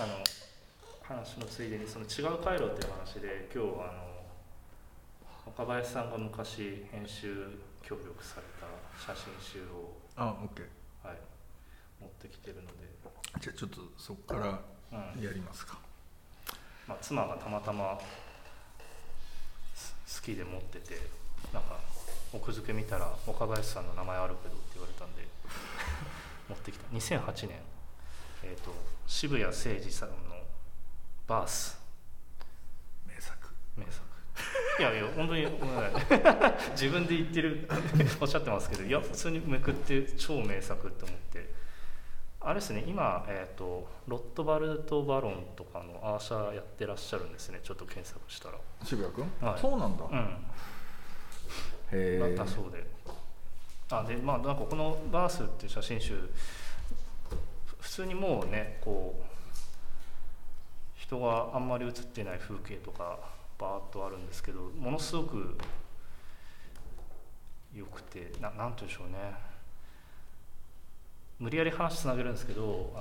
話のついでにその違う回路っていう話で、今日岡林さんが昔編集協力された写真集を OK、 はい、持ってきてるので、 じゃあちょっとそこからやりますか。 妻がたまたま好きで持ってて、なんか奥付け見たら岡林さんの名前あるけどって言われたんで持ってきた。2008年、渋谷誠二さんのバース、 名作いや本当に自分で言ってるおっしゃってますけど、いや普通にめくって超名作って思って、あれですね、今、ロットバルト・バロンとかのアーシャやってらっしゃるんですね。ちょっと検索したら渋谷君、 はい、 そうなんだ、 だったそうで、なんかこのバースっていう写真集、普通にもうね、こう人があんまり写ってない風景とかバーッとあるんですけど、ものすごく良くて、なんて言うんでしょうね、無理やり話つなげるんですけど、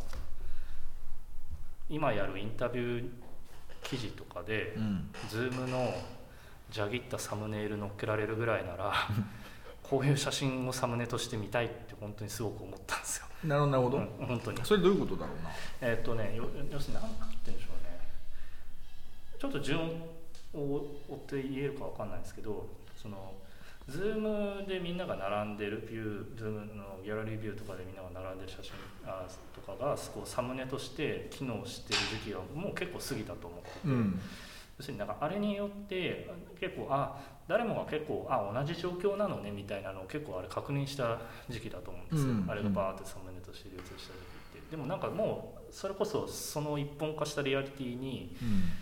今やるインタビュー記事とかで、Zoom のジャギったサムネイル載っけられるぐらいならこういう写真をサムネとして見たいって本当にすごく思ったんですよ。 なるほど、 本当に。 それどういうことだろうな。 要するに何かって言うんでしょうね、ちょっと順を追って言えるか分かんないんですけど、その Zoom でみんなが並んでるビュー、Zoom のギャラリービューとかでみんなが並んでる写真とかがこうサムネとして機能してる時期はもう結構過ぎたと思ってて、要するになんかあれによって結構誰もが結構同じ状況なのねみたいなのを結構あれ確認した時期だと思うんですよ、あれがバーってサムネとして流通した時って。でもなんかもうそれこそその一本化したリアリティに、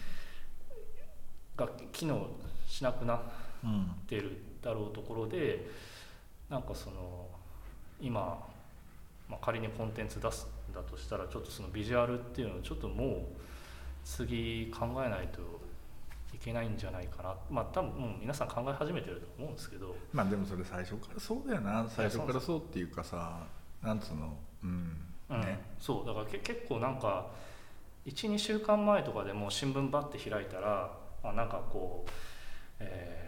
が機能しなくなってるだろうところで、なんかその今、仮にコンテンツ出すんだとしたら、ちょっとそのビジュアルっていうのをちょっともう次考えないといけないんじゃないかな。多分もう皆さん考え始めてると思うんですけど、 でもそれ最初からそうだよな。最初からそうっていうかさ、なんつうの、 そうだから結構なんか 1,2 週間前とかでもう新聞バッて開いたらなんかこう、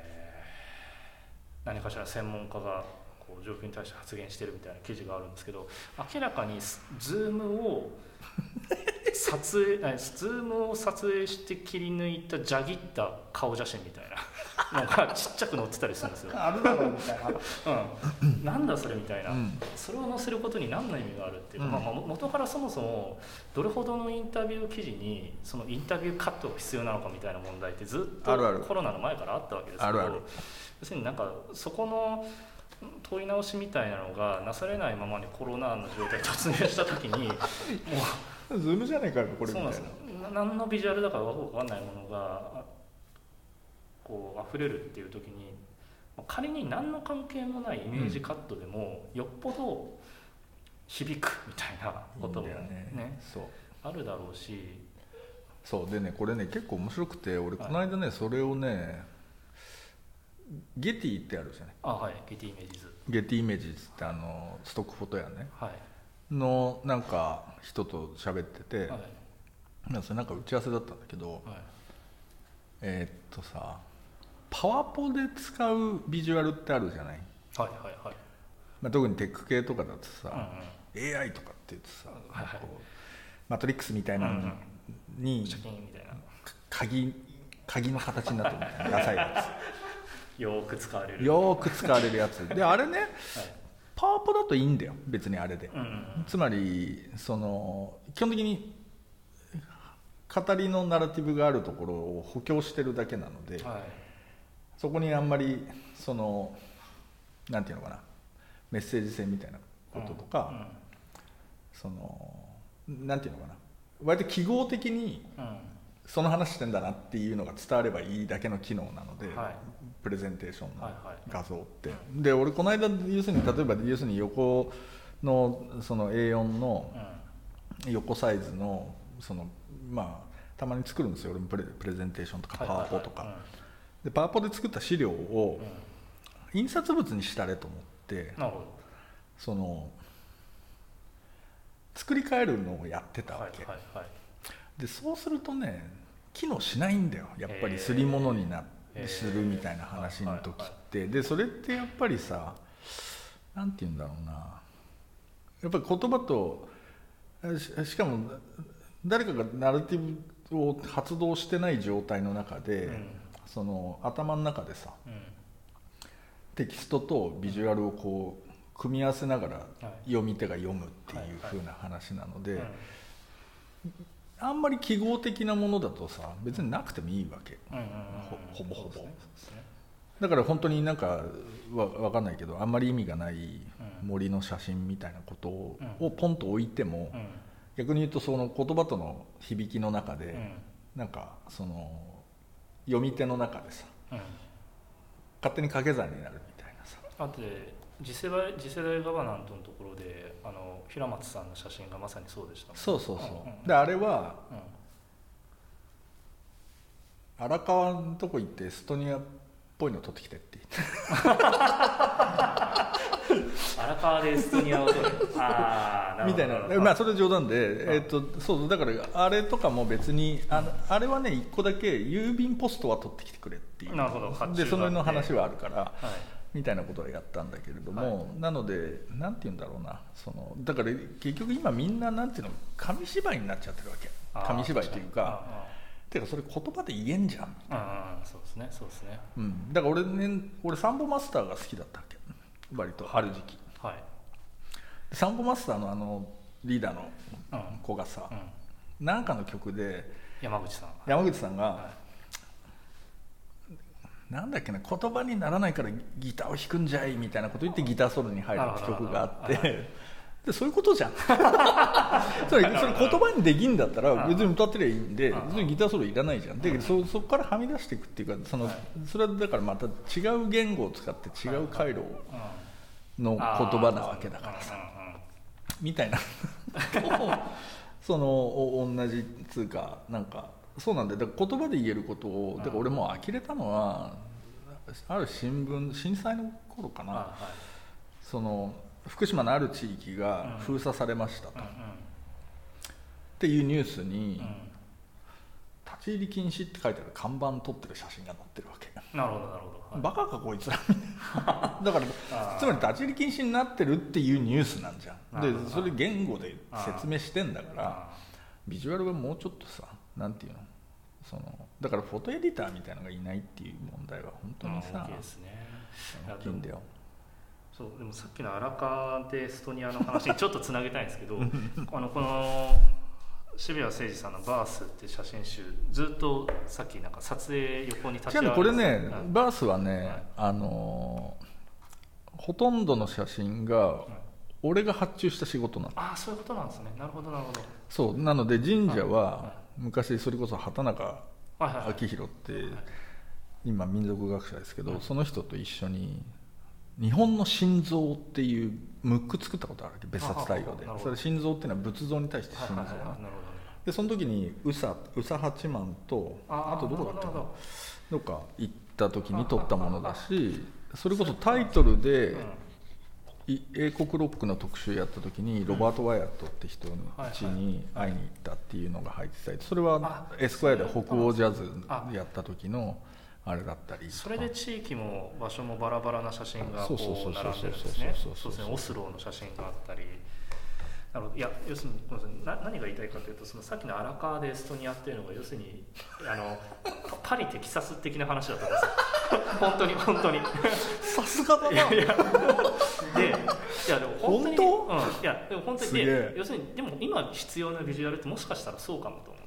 何かしら専門家がこう状況に対して発言してるみたいな記事があるんですけど、明らかにZoom を撮影して切り抜いたジャギった顔写真みたいなのがちっちゃく載ってたりするんですよ。 あるだろうみたいな、 なんだそれみたいな、それを載せることに何の意味があるっていうか、元からそもそもどれほどのインタビュー記事にそのインタビューカットが必要なのかみたいな問題ってずっとコロナの前からあったわけですけど、要するになんかそこの問い直しみたいなのがなされないままにコロナの状態に突入した時にもうズームじゃねえかよこれみたいな。 そうなんですよ。何のビジュアルだか分かんないものがこう溢れるっていう時に、仮に何の関係もないイメージカットでも、よっぽど響くみたいなこともね、 そうあるだろうし。 そうでね、これね結構面白くて、俺この間ね、それをねゲティってあるじゃない。 ゲティイメージズ。 ゲティイメージズってストックフォトやね、のなんか人と喋ってて、それなんか打ち合わせだったんだけど、さ、パワポで使うビジュアルってあるじゃない。特にテック系とかだとさ、AI とかって言うとさ、マトリックスみたいなのに鍵の形になってるみたいなダサいやつよく使われるやつで、あれね、パワポだといいんだよ別にあれで、つまりその基本的に語りのナラティブがあるところを補強してるだけなので、そこにあんまりそのなんていうのかな、メッセージ性みたいなこととか、そのなんていうのかな、割と記号的にその話してんだなっていうのが伝わればいいだけの機能なので、プレゼンテーションの画像って、で俺この間要するに例えば横のその A4 の横サイズのそのたまに作るんですよ俺もプレゼンテーションとかパワポとかで、パワポで作った資料を印刷物にしたれと思って、その作り変えるのをやってたわけ、 でそうするとね機能しないんだよやっぱりすり物にするみたいな話の時って、でそれってやっぱりさなんて言うんだろうな、やっぱり言葉としかも誰かがナラティブを発動してない状態の中で、その頭の中でさ、テキストとビジュアルをこう組み合わせながら読み手が読むっていう風な話なので、あんまり記号的なものだとさ別になくてもいいわけ、ほぼほぼ。だから本当になんかわかんないけどあんまり意味がない森の写真みたいなことをポンと置いても、逆に言うとその言葉との響きの中で、なんかその読み手の中でさ、勝手に掛け算になるみたいなさ。 あとで次世代ガバナントのところで平松さんの写真がまさにそうでしたもんね。 そうそうそう、であれは、荒川のとこ行ってエストニアっぽいの撮ってきてって言って荒川でエストニアを撮るみたいな、まあそれ冗談で、そうだからあれとかも別にあれはね1個だけ郵便ポストは取ってきてくれっていう、 なるほど、 でその辺の話はあるから、みたいなことはやったんだけれども、なのでなんて言うんだろうな、だから結局今みんななんていうの紙芝居になっちゃってるわけ、紙芝居というか、てかそれ言葉で言えんじゃんみたいな。 そうですねそうですね。 だから俺サンボマスターが好きだったわけ、割とある時期。サンボマスターのリーダーの子がさ、なんかの曲で山口さんが、なんだっけな、言葉にならないからギターを弾くんじゃいみたいなこと言ってギターソロに入る曲があって、でそういうことじゃんそれ言葉にできんだったら別に歌ってりゃいいんで、ギターソロいらないじゃん。でそこからはみ出していくっていうか、それはだからまた違う言語を使って違う回路の言葉なわけだからさ、みたいな同じつうか、なんかそうなんだよ。だから言葉で言えることを、だから俺もう呆れたのはある震災の頃かな、福島のある地域が封鎖されましたと、っていうニュースに、立ち入り禁止って書いてある看板撮ってる写真が載ってるわけ。 なるほどなるほど、 バカかこいつらだからつまり立ち入り禁止になってるっていうニュースなんじゃん。でそれ言語で説明してんだから、ビジュアルはもうちょっとさ、なんていうの、だからフォトエディターみたいなのがいないっていう問題は本当にさ、 大きいですね。 大きいんだよ。 そうでもさっきの荒川でエストニアの話にちょっとつなげたいんですけどこの渋谷誠二さんのバースっていう写真集、ずっとさっきなんか撮影横に立ち会われて、 これね、バースはね、ほとんどの写真が俺が発注した仕事なの。 そういうことなんですね。なるほどなるほど。 そうなので神社は昔それこそ畑中昭弘って今民族学者ですけど、その人と一緒に日本の心臓っていうムック作ったことあるわけ、別冊大量で。それ心臓っていうのは仏像に対して心臓で、その時に宇佐八幡とあとどこだったかな、どっか行った時に撮ったものだし、それこそタイトルで英国ロックの特集やった時にロバート・ワイヤットって人に会いに行ったっていうのが入ってたり、それはエスクワイアで北欧ジャズやった時のあれだったり、 それで地域も場所もバラバラな写真がこう並んでるんですね。そうですね、オスローの写真があったり。いや要するに何が言いたいかというと、さっきの荒川でエストニアっていうのが要するにパリテキサス的な話だったんですよ本当にさすがだな。 でも本当にでも本当にで要するにでも今必要なビジュアルってもしかしたらそうかもと思って、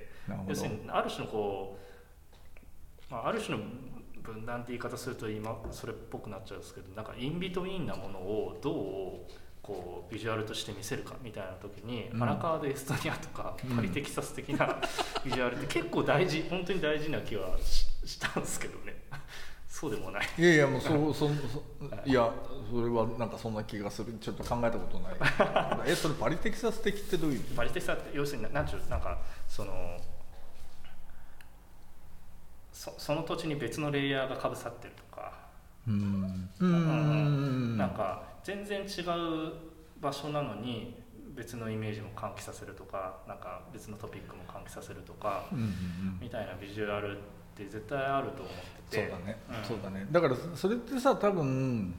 要するにある種のある種の分断って言い方すると今それっぽくなっちゃうんですけど、なんかインビトウィーンなものをどうこうビジュアルとして見せるかみたいな時に、荒川でエストニアとかパリテキサス的なビジュアルって結構大事、本当に大事な気はしたんですけどねそうでもない。 いやもういやそれはなんかそんな気がする。ちょっと考えたことないそれパリテキサス的ってどういう意味？ パリテキサスって要するになんかその土地に別のレイヤーがかぶさってるとか、なんか全然違う場所なのに別のイメージも喚起させるとか、なんか別のトピックも喚起させるとか、みたいなビジュアルって絶対あると思ってて。 そうだね、そうだね。だからそれってさ、多分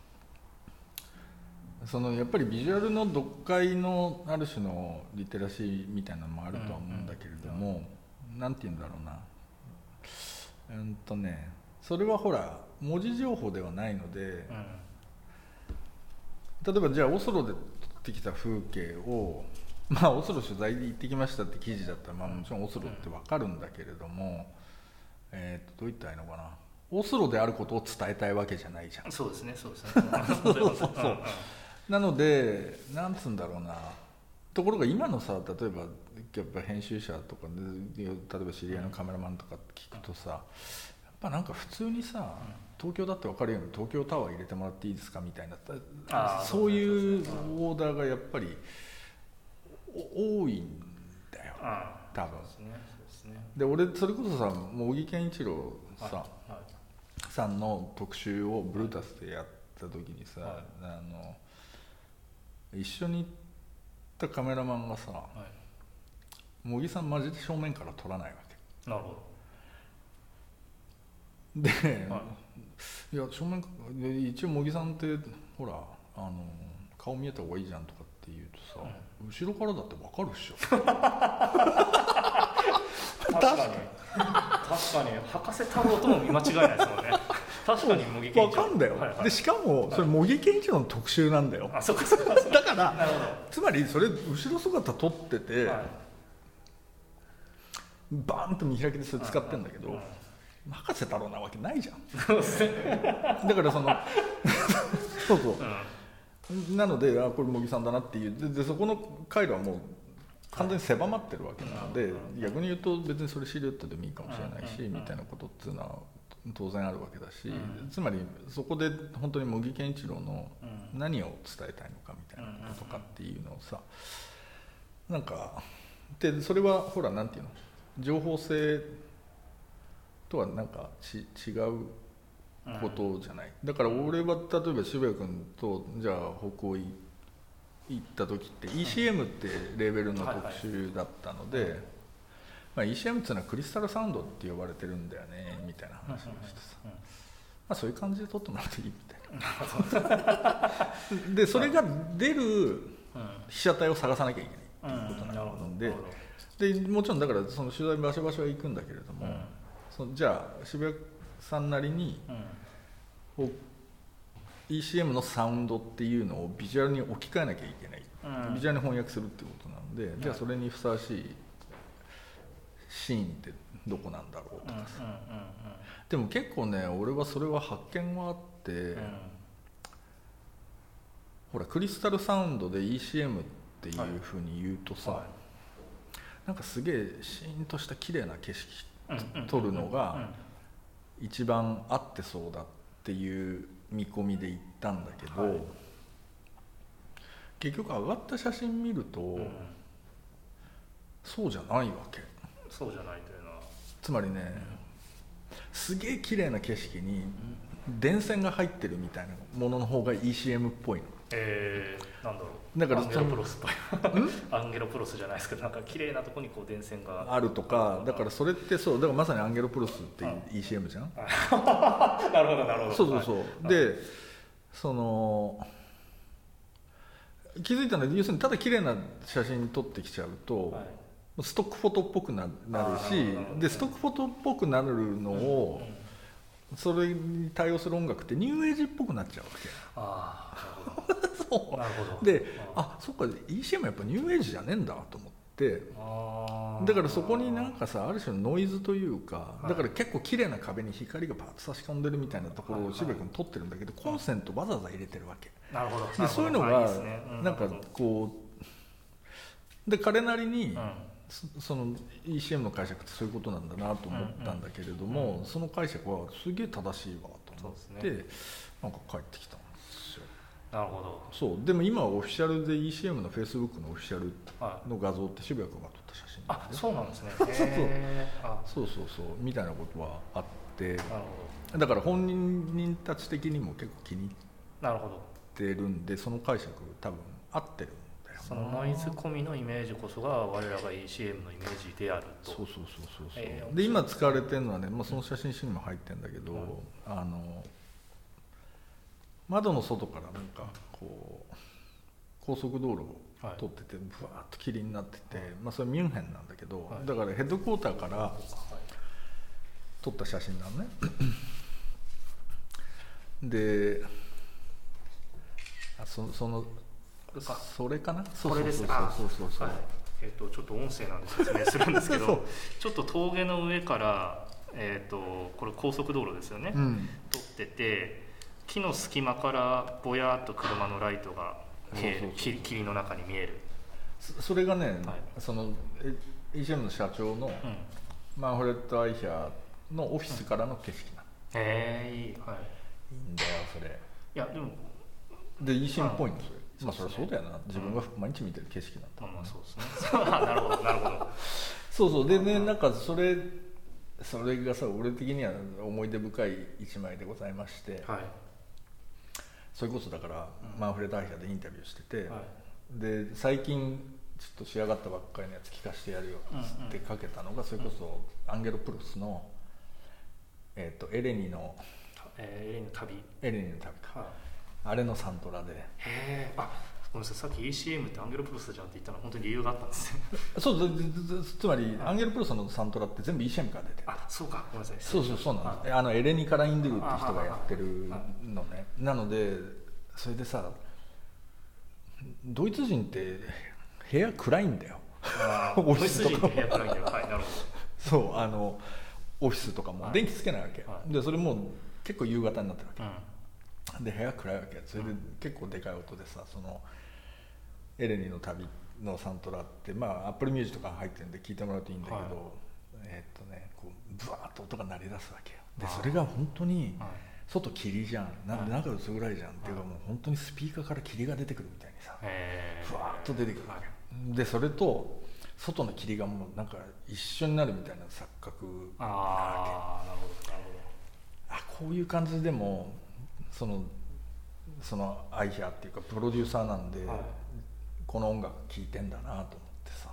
そのやっぱりビジュアルの読解のある種のリテラシーみたいなのもあるとは思うんだけれども、なんて言うんだろうな、それはほら文字情報ではないので、例えばじゃあオスロで撮ってきた風景を、オスロ取材で行ってきましたって記事だったら、もちろんオスロって分かるんだけれども、どう言ったらいいのかな、オスロであることを伝えたいわけじゃないじゃん。 そうですね、そうですね。 そうなので、なんつうんだろうな、ところが今のさ、例えばやっぱ編集者とかで、例えば知り合いのカメラマンとか聞くとさ、やっぱなんか普通にさ、東京だって分かるように東京タワー入れてもらっていいですかみたいな、そういうオーダーがやっぱり多いんだよ、多分。で俺それこそさ、茂木健一郎さんの特集をブルータスでやった時にさ、一緒に行ったカメラマンがさ、茂木さんマジで正面から撮らないわけ。 なるほど。 で、いや正面一応茂木さんってほら顔見えた方がいいじゃんとかって言うとさ、後ろからだって分かるっしょ。 確かに博士太郎とも見間違いないですもんね。確かに茂木健一郎分かんだよ、でしかもそれ茂木健一郎の特集なんだよ。 そうかそうか。 だからつまりそれ後ろ姿撮ってて、バーンと見開きでそれ使ってんだけど、博士太郎なわけないじゃん。だからそのそうそう、なのでこれ茂木さんだなっていう、でそこの回路はもう完全に狭まってるわけなので、逆に言うと別にそれシルエットでもいいかもしれないし、みたいなことっていうのは当然あるわけだし、つまりそこで本当に茂木健一郎の何を伝えたいのかみたいなこととかっていうのをさ、なんかでそれはほらなんていうの、情報性とはなんか違うことじゃない。だから俺は例えば渋谷君とじゃあ北欧行った時って ECM ってレーベルの特集だったので、ECM っていうのはクリスタルサウンドって呼ばれてるんだよねみたいな話をしてさ、そういう感じで撮ってもらっていいみたいな。でそれが出る被写体を探さなきゃいけないっていうことなので、もちろんだからその取材場所は行くんだけれども、じゃあ渋谷さんなりに、ECM のサウンドっていうのをビジュアルに置き換えなきゃいけない、ビジュアルに翻訳するっていうことなので、じゃあそれにふさわしいシーンってどこなんだろうとかさ、でも結構ね俺はそれは発見があって、ほらクリスタルサウンドで ECM っていうふうに言うとさ、なんかすげえシーンとした綺麗な景色撮るのが一番合ってそうだっていう見込みで行ったんだけど、結局上がった写真見ると、そうじゃないわけ。 そうじゃないというのはつまりね、すげえ綺麗な景色に電線が入ってるみたいなものの方が ECM っぽいの。 なんだろう、 だからアンゲロプロスっぽいアンゲロプロスじゃないですけど、なんか綺麗なとこにこう電線があるとか、だからそれってそう、だからまさにアンゲロプロスって ECM じゃん。 なるほどなるほど。 そうそうそう、でその気づいたのは、要するにただ綺麗な写真撮ってきちゃうと、ストックフォトっぽくなるし、でストックフォトっぽくなるのを、それに対応する音楽ってニューエイジっぽくなっちゃうわけ。そうなるほど。で、そっか ECM やっぱニューエイジじゃねえんだと思って、だからそこになんかさ、ある種のノイズというか、だから結構綺麗な壁に光がパッと差し込んでるみたいなところを渋谷君撮ってるんだけど、コンセントわざわざ入れてるわけ。 なるほど。 でそういうのがなんかこうで、彼なりにその ECM の解釈ってそういうことなんだなと思ったんだけれども、その解釈はすげえ正しいわと思って、なんか帰ってきたんですよ。 なるほど。 そうでも今はオフィシャルで ECM の Facebook のオフィシャルの画像って渋谷君が撮った写真なんで、 そうなんですね。 そうみたいなことはあって、だから本人たち的にも結構気に入ってるんで、その解釈多分合ってるんだよね。 そのノイズ込みのイメージこそが我らが ECM のイメージであると。 そうで今使われてるのはね、その写真集にも入ってるんだけど、窓の外からなんかこう高速道路を通っててブワーッと霧になってて、それミュンヘンなんだけど、だからヘッドクォーターから撮った写真なのねでそれかな、 これですね。ちょっと音声なんで説明するんですけどちょっと峠の上から、これ高速道路ですよね、撮ってて木の隙間からぼやっと車のライトが霧の中に見える。 それがね、その ECM の社長のマンフレッド・アイヒャーのオフィスからの景色なの。 いい、 いいんだよそれ。 いやでもで ECM っぽいんですよ。そりゃそうだよな、自分が毎日見てる景色なんだ。 そうですねなるほどそうでね、なんかそれがさ、俺的には思い出深い一枚でございまして、それこそだから、マンフレッド・アイヒャーでインタビューしてて、で最近ちょっと仕上がったばっかりのやつ聞かせてやるよってかけたのが、それこそアンゲロ・プロスの、エレニの旅か、あれのサントラで。 ごめんなさい、さっき ECM ってアンゲロプロスじゃんって言ったのは本当に理由があったんですねそうつまり、アンゲロプロスのサントラって全部 ECM から出てる。 そうか、ごめんなさい。 そうなんです。エレニ・カラインドゥっていう人がやってるのね。なのでそれでさ、ドイツ人って部屋暗いんだよドイツ人って部屋暗いんだよ。なるほど。 そう、オフィスとかも電気つけないわけ、でそれも結構夕方になってるわけ、で部屋暗いわけ。それで結構でかい音でさ、そのエレニの旅のサントラってアップルミュージックとか入ってるんで聞いてもらうといいんだけど、こうブワーッと音が鳴り出すわけよ。でそれが本当に外霧じゃん、なんで中薄暗いじゃんっていうか、もう本当にスピーカーから霧が出てくるみたいにさ、ふわーっと出てくるわけで、それと外の霧がもうなんか一緒になるみたいな錯覚なわけ。 なるほど。 こういう感じでもそのアイヒャーっていうかプロデューサーなんで、この音楽聴いてんだなと思ってさ、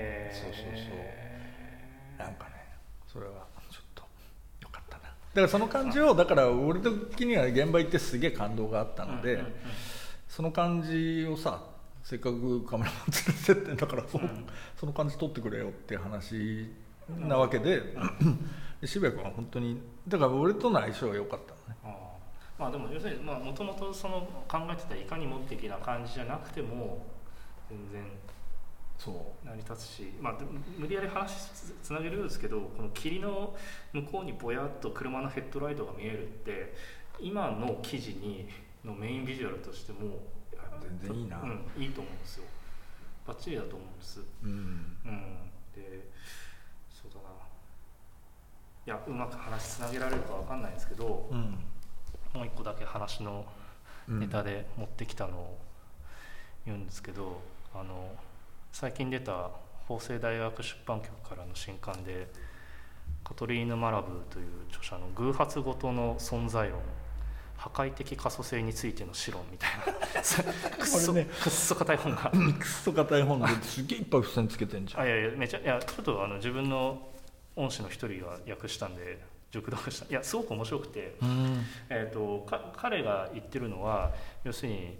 なんかね、それはちょっとよかったな。だからその感じを、だから俺的には現場行ってすげえ感動があったので、その感じをさ、せっかくカメラマン連れてってんだから、その感じ撮ってくれよっていう話なわけで、渋谷君は本当にだから俺との相性が良かったのね。 でも要するにもともとその考えてたいかにも的な感じじゃなくても全然成り立つし、無理やり話つなげるんですけど、この霧の向こうにぼやっと車のヘッドライトが見えるって今の記事のメインビジュアルとしても全然いいな、 いいと思うんですよ。バッチリだと思うんです。で、そうだな、いやうまく話つなげられるかわかんないんですけど、もう一個だけ話のネタで持ってきたのを言うんですけど、最近出た法政大学出版局からの新刊で、カトリーヌ・マラブーという著者の偶発ごとの存在論、破壊的可塑性についての史論みたいなくっそ硬い本がくっそ硬い本ですげえいっぱい付箋つけてんじゃん。 ちょっと自分の恩師の一人が訳したんで熟読した。いやすごく面白くて、彼が言ってるのは要するに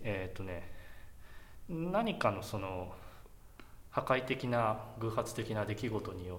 何かのその破壊的な偶発的な出来事によって、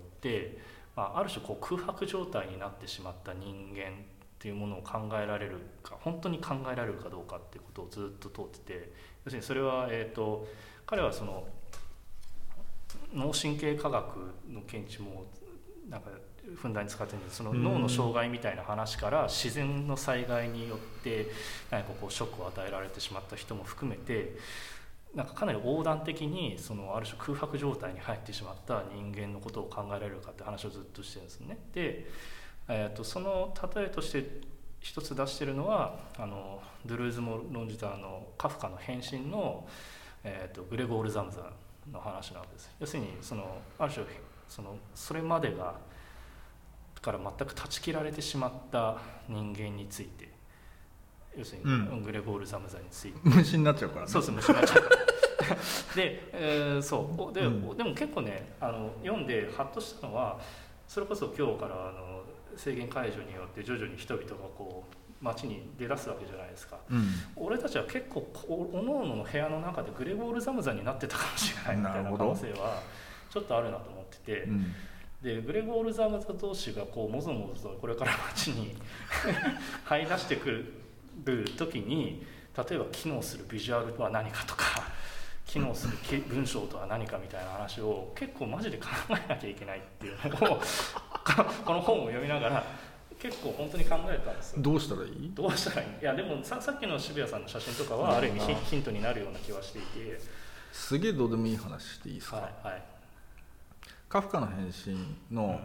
ある種こう空白状態になってしまった人間っていうものを考えられるか、本当に考えられるかどうかっていうことをずっと問ってて、要するにそれは、彼はその脳神経科学の見地もなんかふんだんに使ってるんです。その脳の障害みたいな話から自然の災害によって何かこうショックを与えられてしまった人も含めて、なんかかなり横断的にそのある種空白状態に入ってしまった人間のことを考えられるかって話をずっとしてるんですね。で、その例えとして一つ出してるのはドゥルーズも論じたカフカの変身の、グレゴール・ザムザの話なわけです。要するにある種それまでから全く断ち切られてしまった人間について、要するに、グレゴール・ザムザについて虫になっちゃうからね。 そう虫になっちゃうからで、そうで、でも結構ね読んでハッとしたのは、それこそ今日から制限解除によって徐々に人々がこう街に出だすわけじゃないですか、俺たちは結構おのおのの部屋の中でグレゴール・ザムザになってたかもしれないみたいな可能性はちょっとあるなと思ってて、でグレゴール・ザムザ同士がこうもぞもぞとこれから街に這い出してくる時に、例えば機能するビジュアルとは何かとか機能する文章とは何かみたいな話を結構マジで考えなきゃいけないっていうのをこの本を読みながら結構本当に考えたんですよ。 どうしたらいい？ どうしたらいい？いやでもさっきの渋谷さんの写真とかはある意味ヒントになるような気はしていて、 すげえどうでもいい話していいですか？ はいはい、 カフカの変身の、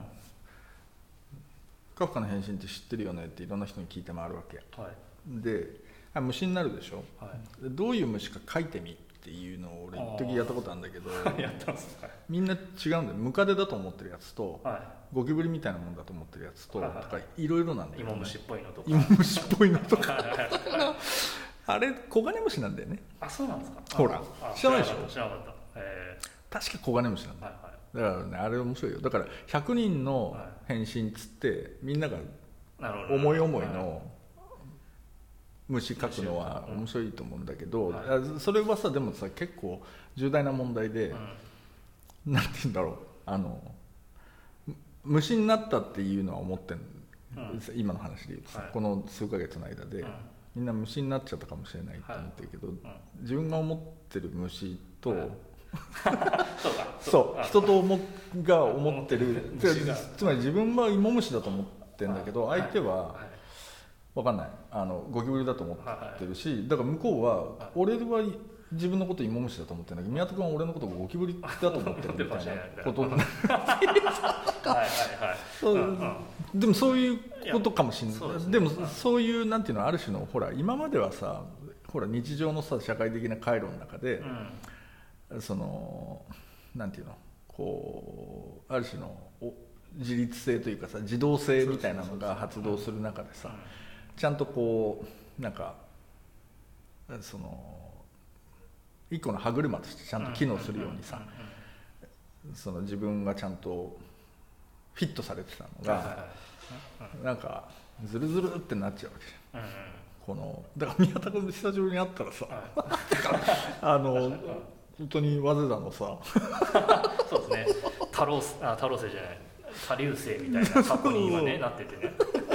カフカの変身って知ってるよねっていろんな人に聞いて回るわけ、で虫になるでしょ、どういう虫か書いてみっていうのを俺一時やったことあるんだけどやったんですか？ みんな違うんだよ。ムカデだと思ってるやつと、ゴキブリみたいなもんだと思ってるやつと、とかいろいろなんだよね。 芋虫っぽいのとか芋虫っぽいのとかあれコガネムシなんだよね。 あ、そうなんですか？ ほら知らないでしょ？ 知らなかった。 確かコガネムシなんだよ、だからね、あれ面白いよ。だから100人の変身っつってみんなが思い思いの虫描くのは面白いと思うんだけど、それはさ、でもさ結構重大な問題で、なんて言うんだろう、虫になったっていうのは思ってる、今の話で言うとさ、この数ヶ月の間で、みんな虫になっちゃったかもしれないって思ってるけど、自分が思ってる虫と、そう人とが思ってる、つまり自分は芋虫だと思ってるんだけど、相手は分かんない、ゴキブリだと思ってるし、だから向こうは俺は自分のこと芋虫だと思ってるんだけど、宮田君は俺のことゴキブリだと思ってるみたいなことでもそういうことかもしれない。でもそういうなんていうの、ある種のほら今まではさ、ほら日常のさ社会的な回路の中で、そのなんていうの、こうある種の自律性というかさ、自動性みたいなのが発動する中でさ、ちゃんとこうなんかその一個の歯車としてちゃんと機能するようにさ、その自分がちゃんとフィットされてたのがなんかズルズルってなっちゃうわけじゃん。このだから宮田君と久しぶりに会ったらさ、本当に早稲田のさそうですね、太郎星じゃない多流星みたいな過去に今ねなっててね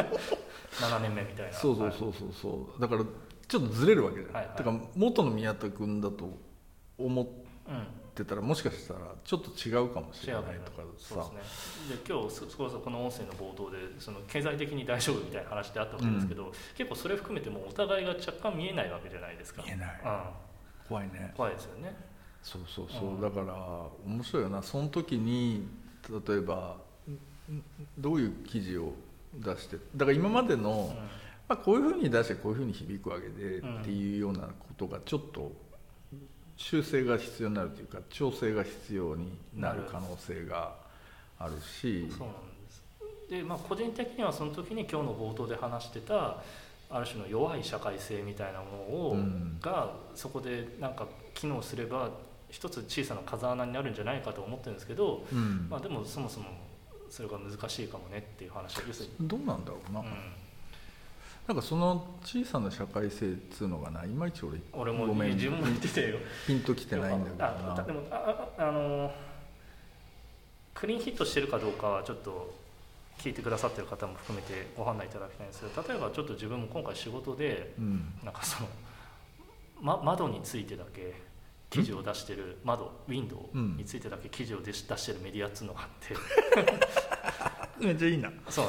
7年目みたいな。 そうだからちょっとずれるわけじゃん、だから元の宮田君だと思ってたら、もしかしたらちょっと違うかもしれないとかさ。 そうですね。で今日この音声の冒頭でその経済的に大丈夫みたいな話であったわけですけど、結構それ含めてもお互いが若干見えないわけじゃないですか。 見えない、怖いね。 怖いですよね。 そうだから面白いよな。その時に例えばどういう記事を出して、だから今までの、こういうふうに出してこういうふうに響くわけでっていうようなことがちょっと修正が必要になるというか、調整が必要になる可能性があるし。 そうなんです。で、個人的にはその時に今日の冒頭で話してたある種の弱い社会性みたいなものがそこでなんか機能すれば一つ小さな風穴になるんじゃないかと思ってるんですけど、でもそもそもそれが難しいかもねっていう話は要するにどうなんだろうな、なんかその小さな社会性っつうのがないまいち俺も自分も言っててよ、 ピンときてないんだけどな。 でもクリーンヒットしてるかどうかはちょっと聞いてくださってる方も含めてご判断いただきたいんですけど、例えばちょっと自分も今回仕事で、なんかその、窓についてだけ記事を出してるウィンドウについてだけ記事を出してるメディアっつうのがあってめっちゃいいな。 そう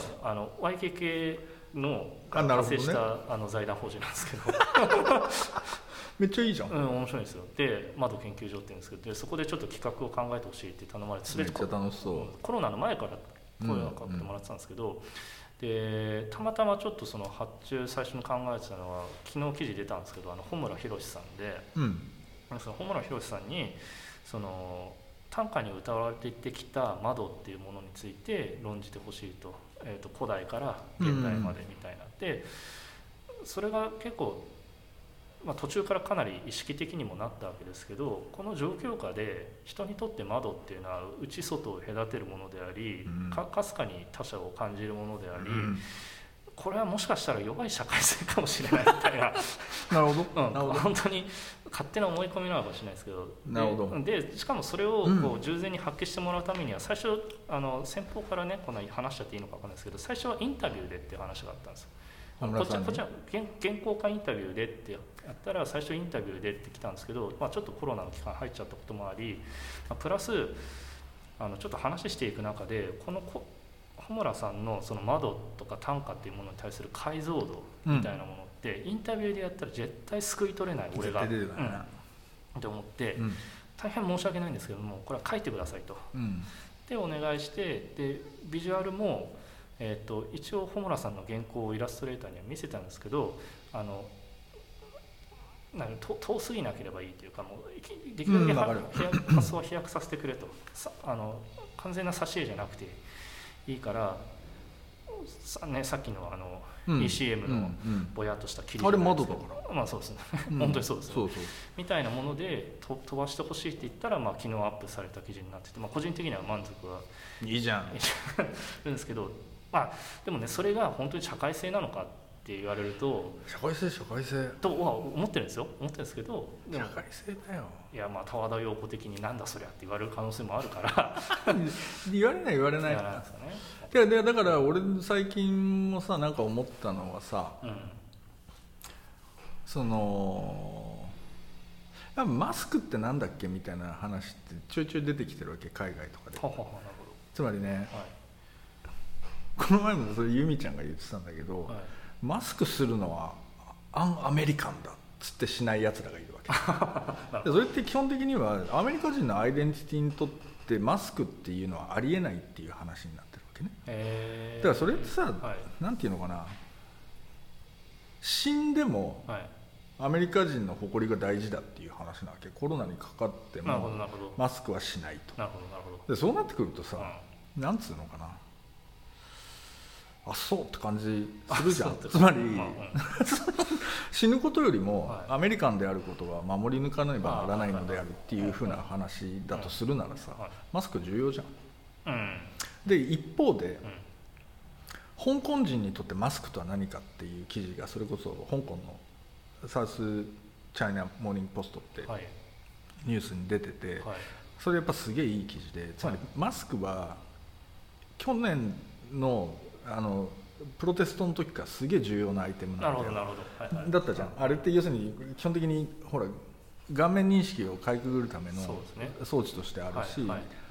YKK の発生した財団法人なんですけどめっちゃいいじゃん。 面白いんですよ。で窓研究所って言うんですけど、でそこでちょっと企画を考えてほしいって頼まれて、 めっちゃ楽しそう。 コロナの前から声をかけてもらってたんですけど、でたまたまちょっとその発注最初に考えてたのは、昨日記事出たんですけど穂村弘さんで、その穂村弘さんにその短歌に歌われてきた窓っていうものについて論じてほしいと、古代から現代までみたいな、でそれが結構途中からかなり意識的にもなったわけですけど、この状況下で人にとって窓っていうのは内外を隔てるものであり、かすかに他者を感じるものであり、これはもしかしたら弱い社会性かもしれないみたいななるほど、なるほど、 本当に勝手な思い込みなのかもしれないですけど、 なるほど。 でしかもそれをこう従前に発揮してもらうためには、最初先方からね、こんなに話しちゃっていいのか分かんないですけど、最初はインタビューでっていう話があったんですよ。こっちは原稿かインタビューでってやったら、最初インタビューでって来たんですけど、ちょっとコロナの期間入っちゃったこともあり、プラスちょっと話していく中で、この穂村さんのその窓とか短歌っていうものに対する解像度みたいなものって、インタビューでやったら絶対救い取れない、俺がって思って、大変申し訳ないんですけども、これは書いてくださいと、でお願いして、でビジュアルも一応穂村さんの原稿をイラストレーターには見せたんですけど、遠すぎなければいいというか、もうできるだけ発想は飛躍させてくれと、完全な挿絵じゃなくていいから、さっきのECM のぼやっとした切りあれ窓だから、 そうですね本当にそうですね、みたいなもので飛ばしてほしいって言ったら、昨日アップされた記事になってて、個人的には満足はいいじゃんるんですけど、でもね、それが本当に社会性なのかって言われると、 社会性とは思ってるんですけど、 でも社会性だよ。 いや、十和田陽子的になんだそりゃって言われる可能性もあるから言われないですかね。だから俺最近もさ、なんか思ったのはさ、そのマスクってなんだっけみたいな話ってちょいちょい出てきてるわけ、海外とかで。つまりね、この前もそれ由美ちゃんが言ってたんだけど、マスクするのはアメリカンだっつってしないやつらがいるわけそれって基本的にはアメリカ人のアイデンティティにとってマスクっていうのはありえないっていう話になってるわけね。だからそれってさ、なんていうのかな、死んでもアメリカ人の誇りが大事だっていう話なわけ。コロナにかかってもマスクはしないと。でそうなってくるとさ、なんつうのかな、そうって感じするじゃん。つまり死ぬことよりもアメリカンであることは守り抜かねばならないのであるっていうふうな話だとするならさ、マスク重要じゃん。で一方で、香港人にとってマスクとは何かっていう記事が、それこそ香港のサウスチャイナモーニングポストってニュースに出てて、それやっぱすげえいい記事で、つまりマスクは去年のプロテストの時からすげえ重要なアイテムなんだったじゃん。あれって要するに基本的にほら顔面認識をかいくぐるための装置としてあるし、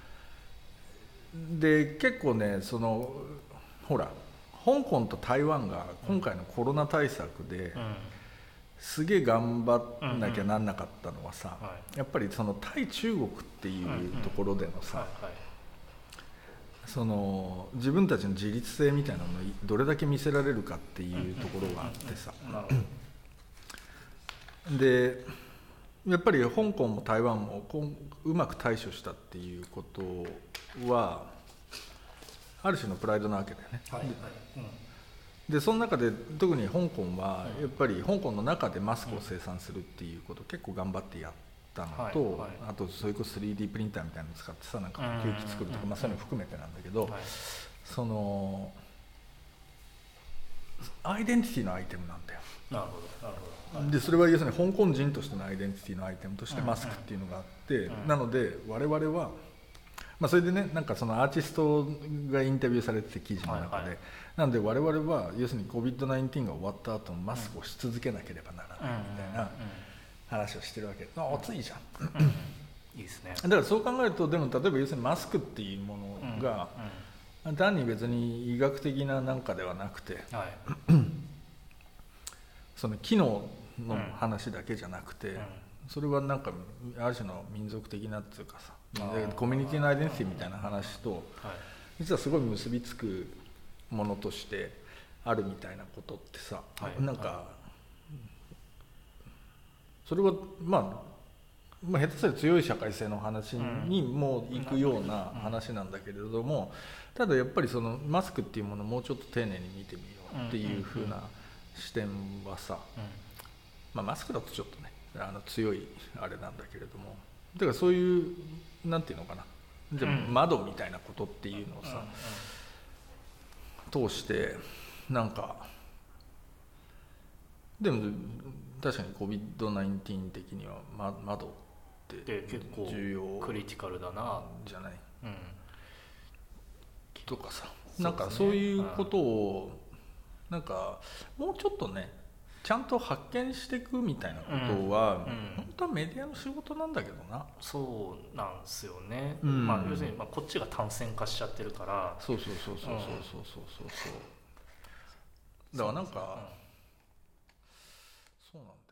で結構ね、そのほら香港と台湾が今回のコロナ対策ですげえ頑張んなきゃなんなかったのはさ、やっぱりその対中国っていうところでのさ、その自分たちの自立性みたいなのをどれだけ見せられるかっていうところがあってさ、でやっぱり香港も台湾もうまく対処したっていうことはある種のプライドなわけだよね。でその中で特に香港はやっぱり香港の中でマスクを生産するっていうことを結構頑張ってやったのと、あとそれこそ 3D プリンターみたいなのを使ってさ、なんかケーキ作るとか、そういうの含めてなんだけど、そのアイデンティティのアイテムなんだよ。でそれは要するに香港人としてのアイデンティティのアイテムとしてマスクっていうのがあって、なので我々はそれでね、なんかそのアーティストがインタビューされてて記事の中で、なので我々は要するに COVID-19 が終わった後もマスクをし続けなければならないみたいな話をしてるわけ。熱いじゃん。 いいですね。 だからそう考えると、でも例えば要するにマスクっていうものが単に別に医学的ななんかではなくて、その機能の話だけじゃなくて、それはなんかある種の民族的なっていうかさ、コミュニティのアイデンティティみたいな話と実はすごい結びつくものとしてあるみたいなことってさ、なんかそれは下手すると強い社会性の話にも行くような話なんだけれども、ただやっぱりそのマスクっていうものをもうちょっと丁寧に見てみようっていう風な視点はさ、 マスクだとちょっとね強いあれなんだけれども、だからそういうなんていうのかな、じゃあ窓みたいなことっていうのをさ、通してなんかでも確かに COVID-19 的には、窓って結構重要クリティカルだなじゃない、とかさ、 ね、 なんかそういうことをなんかもうちょっとねちゃんと発見していくみたいなことは、本当はメディアの仕事なんだけどな。 そうなんですよね、要するにこっちが単線化しちゃってるから。 そうだからなんか、そうなんだよ。